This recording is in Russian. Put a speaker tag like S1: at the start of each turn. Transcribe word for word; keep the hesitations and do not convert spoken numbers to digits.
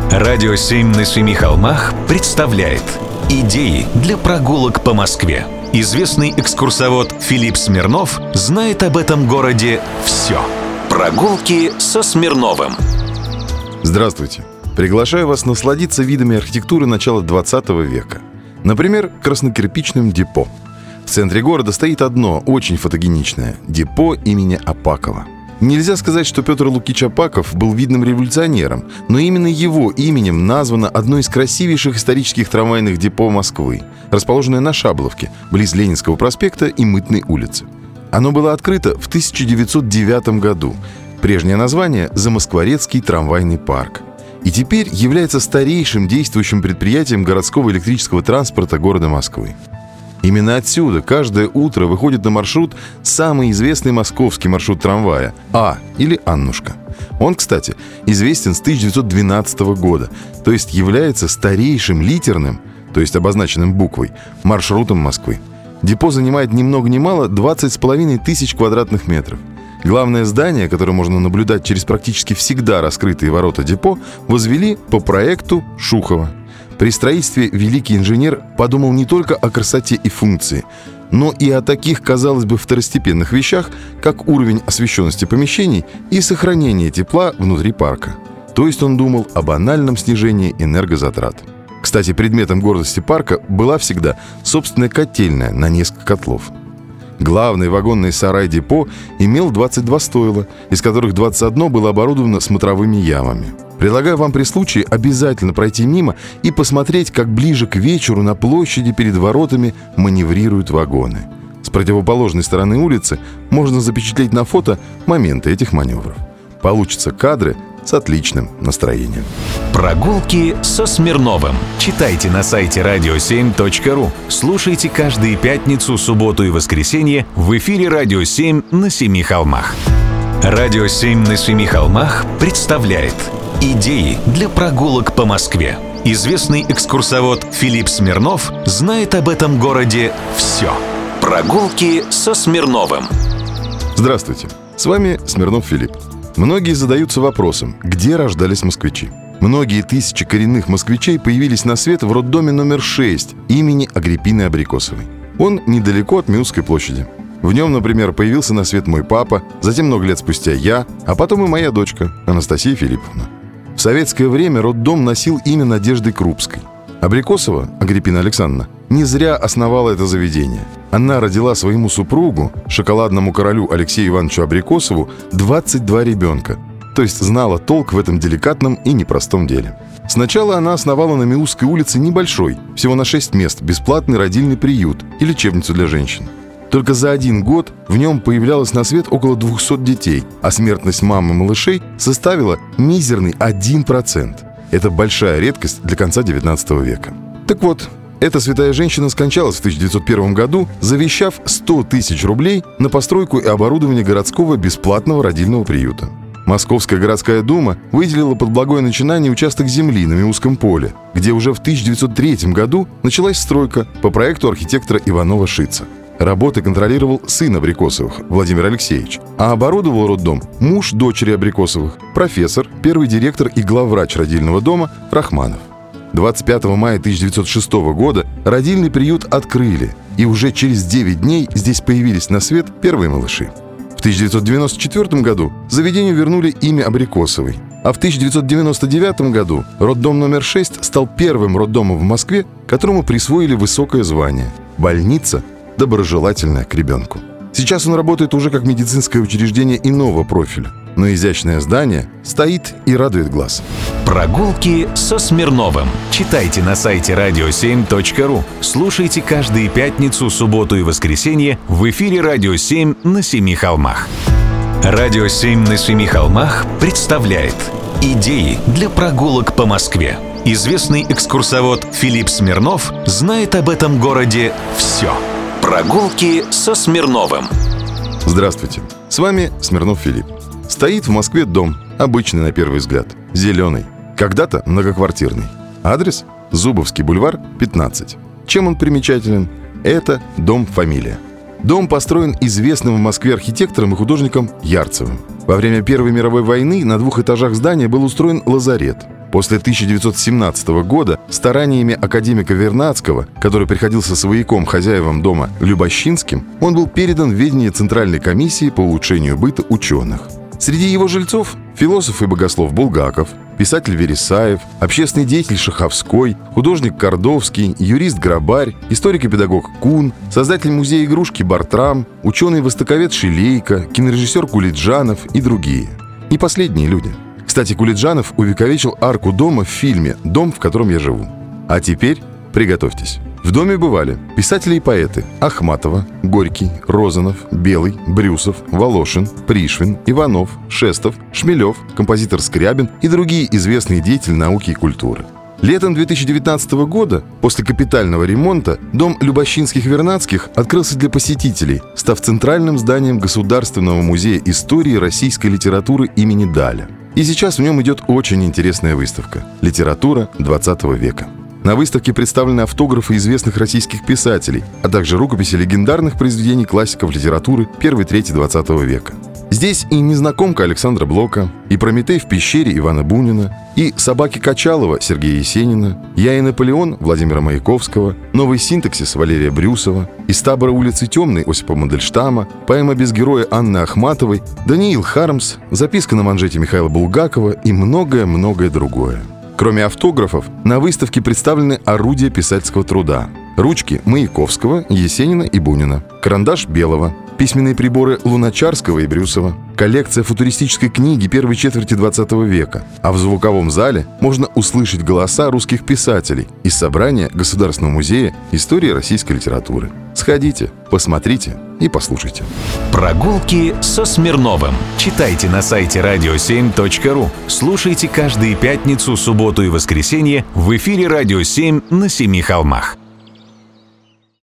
S1: Радио семь на семи холмах представляет идеи для прогулок по Москве. Известный экскурсовод Филипп Смирнов знает об этом городе все. Прогулки со Смирновым.
S2: Здравствуйте. Приглашаю вас насладиться видами архитектуры начала двадцатого века. Например, краснокирпичным депо. В центре города стоит одно, очень фотогеничное – депо имени Апакова. Нельзя сказать, что Петр Лукич Апаков был видным революционером, но именно его именем названо одно из красивейших исторических трамвайных депо Москвы, расположенное на Шабловке, близ Ленинского проспекта и Мытной улицы. Оно было открыто в тысяча девятьсот девятом году. Прежнее название – Замоскворецкий трамвайный парк. И теперь является старейшим действующим предприятием городского электрического транспорта города Москвы. Именно отсюда каждое утро выходит на маршрут самый известный московский маршрут трамвая – А или Аннушка. Он, кстати, известен с тысяча девятьсот двенадцатого года, то есть является старейшим литерным, то есть обозначенным буквой, маршрутом Москвы. Депо занимает ни много ни мало двадцать с половиной тысяч квадратных метров. Главное здание, которое можно наблюдать через практически всегда раскрытые ворота депо, возвели по проекту Шухова. При строительстве великий инженер подумал не только о красоте и функции, но и о таких, казалось бы, второстепенных вещах, как уровень освещенности помещений и сохранение тепла внутри парка. То есть он думал о банальном снижении энергозатрат. Кстати, предметом гордости парка была всегда собственная котельная на несколько котлов. Главный вагонный сарай депо имел двадцать два стойла, из которых двадцать одно было оборудовано смотровыми ямами. Предлагаю вам при случае обязательно пройти мимо и посмотреть, как ближе к вечеру на площади перед воротами маневрируют вагоны. С противоположной стороны улицы можно запечатлеть на фото моменты этих маневров. Получатся кадры с отличным настроением.
S1: Прогулки со Смирновым. Читайте на сайте радио семь точка ру. Слушайте каждые пятницу, субботу и воскресенье в эфире «Радио семь на семи холмах». «Радио семь на семи холмах» представляет идеи для прогулок по Москве. Известный экскурсовод Филипп Смирнов знает об этом городе все. Прогулки со Смирновым.
S2: Здравствуйте, с вами Смирнов Филипп. Многие задаются вопросом, где рождались москвичи. Многие тысячи коренных москвичей появились на свет в роддоме номер шесть имени Агриппины Абрикосовой. Он недалеко от Миусской площади. В нем, например, появился на свет мой папа, затем много лет спустя я, а потом и моя дочка Анастасия Филипповна. В советское время роддом носил имя Надежды Крупской. Абрикосова, Агриппина Александровна, не зря основала это заведение. Она родила своему супругу, шоколадному королю Алексею Ивановичу Абрикосову, двадцать два ребенка, то есть знала толк в этом деликатном и непростом деле. Сначала она основала на Миусской улице небольшой, всего на шесть мест, бесплатный родильный приют и лечебницу для женщин. Только за один год в нем появлялось на свет около двухсот детей, а смертность мам и малышей составила мизерный один процент. Это большая редкость для конца девятнадцатого века. Так вот, эта святая женщина скончалась в тысяча девятьсот первом году, завещав сто тысяч рублей на постройку и оборудование городского бесплатного родильного приюта. Московская городская дума выделила под благое начинание участок земли на Миусском поле, где уже в тысяча девятьсот третьем году началась стройка по проекту архитектора Иванова-Шица. Работы контролировал сын Абрикосовых, Владимир Алексеевич, а оборудовал роддом муж дочери Абрикосовых, профессор, первый директор и главврач родильного дома Рахманов. двадцать пятого мая тысяча девятьсот шестого года родильный приют открыли, и уже через девять дней здесь появились на свет первые малыши. В тысяча девятьсот девяносто четвёртом году заведению вернули имя Абрикосовой, а в тысяча девятьсот девяносто девятом году роддом номер шесть стал первым роддомом в Москве, которому присвоили высокое звание – больница, доброжелательная к ребенку. Сейчас он работает уже как медицинское учреждение иного профиля, но изящное здание стоит и радует глаз.
S1: Прогулки со Смирновым. Читайте на сайте радио семь точка ру. Слушайте каждые пятницу, субботу и воскресенье в эфире «Радио семь на семи холмах». «Радио семь на семи холмах» представляет идеи для прогулок по Москве. Известный экскурсовод Филипп Смирнов знает об этом городе все. Прогулки со Смирновым.
S2: Здравствуйте, с вами Смирнов Филипп. Стоит в Москве дом, обычный на первый взгляд, зеленый, когда-то многоквартирный. Адрес – Зубовский бульвар, пятнадцать. Чем он примечателен? Это дом-фамилия. Дом построен известным в Москве архитектором и художником Ярцевым. Во время Первой мировой войны на двух этажах здания был устроен лазарет. После тысяча девятьсот семнадцатого года стараниями академика Вернадского, который приходился свояком хозяевам дома Любощинским, он был передан в ведение Центральной комиссии по улучшению быта ученых. Среди его жильцов – философ и богослов Булгаков, писатель Вересаев, общественный деятель Шаховской, художник Кордовский, юрист Грабарь, историк и педагог Кун, создатель музея игрушки Бартрам, ученый-востоковед Шилейко, кинорежиссер Кулиджанов и другие. И последние люди. Кстати, Кулиджанов увековечил арку дома в фильме «Дом, в котором я живу». А теперь приготовьтесь. В доме бывали писатели и поэты Ахматова, Горький, Розанов, Белый, Брюсов, Волошин, Пришвин, Иванов, Шестов, Шмелев, композитор Скрябин и другие известные деятели науки и культуры. Летом две тысячи девятнадцатого года, после капитального ремонта, дом Любощинских-Вернадских открылся для посетителей, став центральным зданием Государственного музея истории российской литературы имени Даля. И сейчас в нем идет очень интересная выставка «Литература двадцатого века». На выставке представлены автографы известных российских писателей, а также рукописи легендарных произведений классиков литературы первой трети двадцатого века. Здесь и «Незнакомка» Александра Блока, и «Прометей в пещере» Ивана Бунина, и «Собаки Качалова» Сергея Есенина, «Я и Наполеон» Владимира Маяковского, «Новый синтаксис» Валерия Брюсова, «Из табора улицы Темной» Осипа Мандельштама, поэма «Без героя» Анны Ахматовой, Даниил Хармс, записка на манжете Михаила Булгакова и многое-многое другое. Кроме автографов, на выставке представлены орудия писательского труда. Ручки Маяковского, Есенина и Бунина, карандаш Белого, письменные приборы Луначарского и Брюсова, коллекция футуристической книги первой четверти двадцатого века. А в звуковом зале можно услышать голоса русских писателей из собрания Государственного музея истории российской литературы. Сходите, посмотрите и послушайте.
S1: Прогулки со Смирновым. Читайте на сайте радио семь точка ру. Слушайте каждые пятницу, субботу и воскресенье в эфире «Радио семь» на Семи холмах.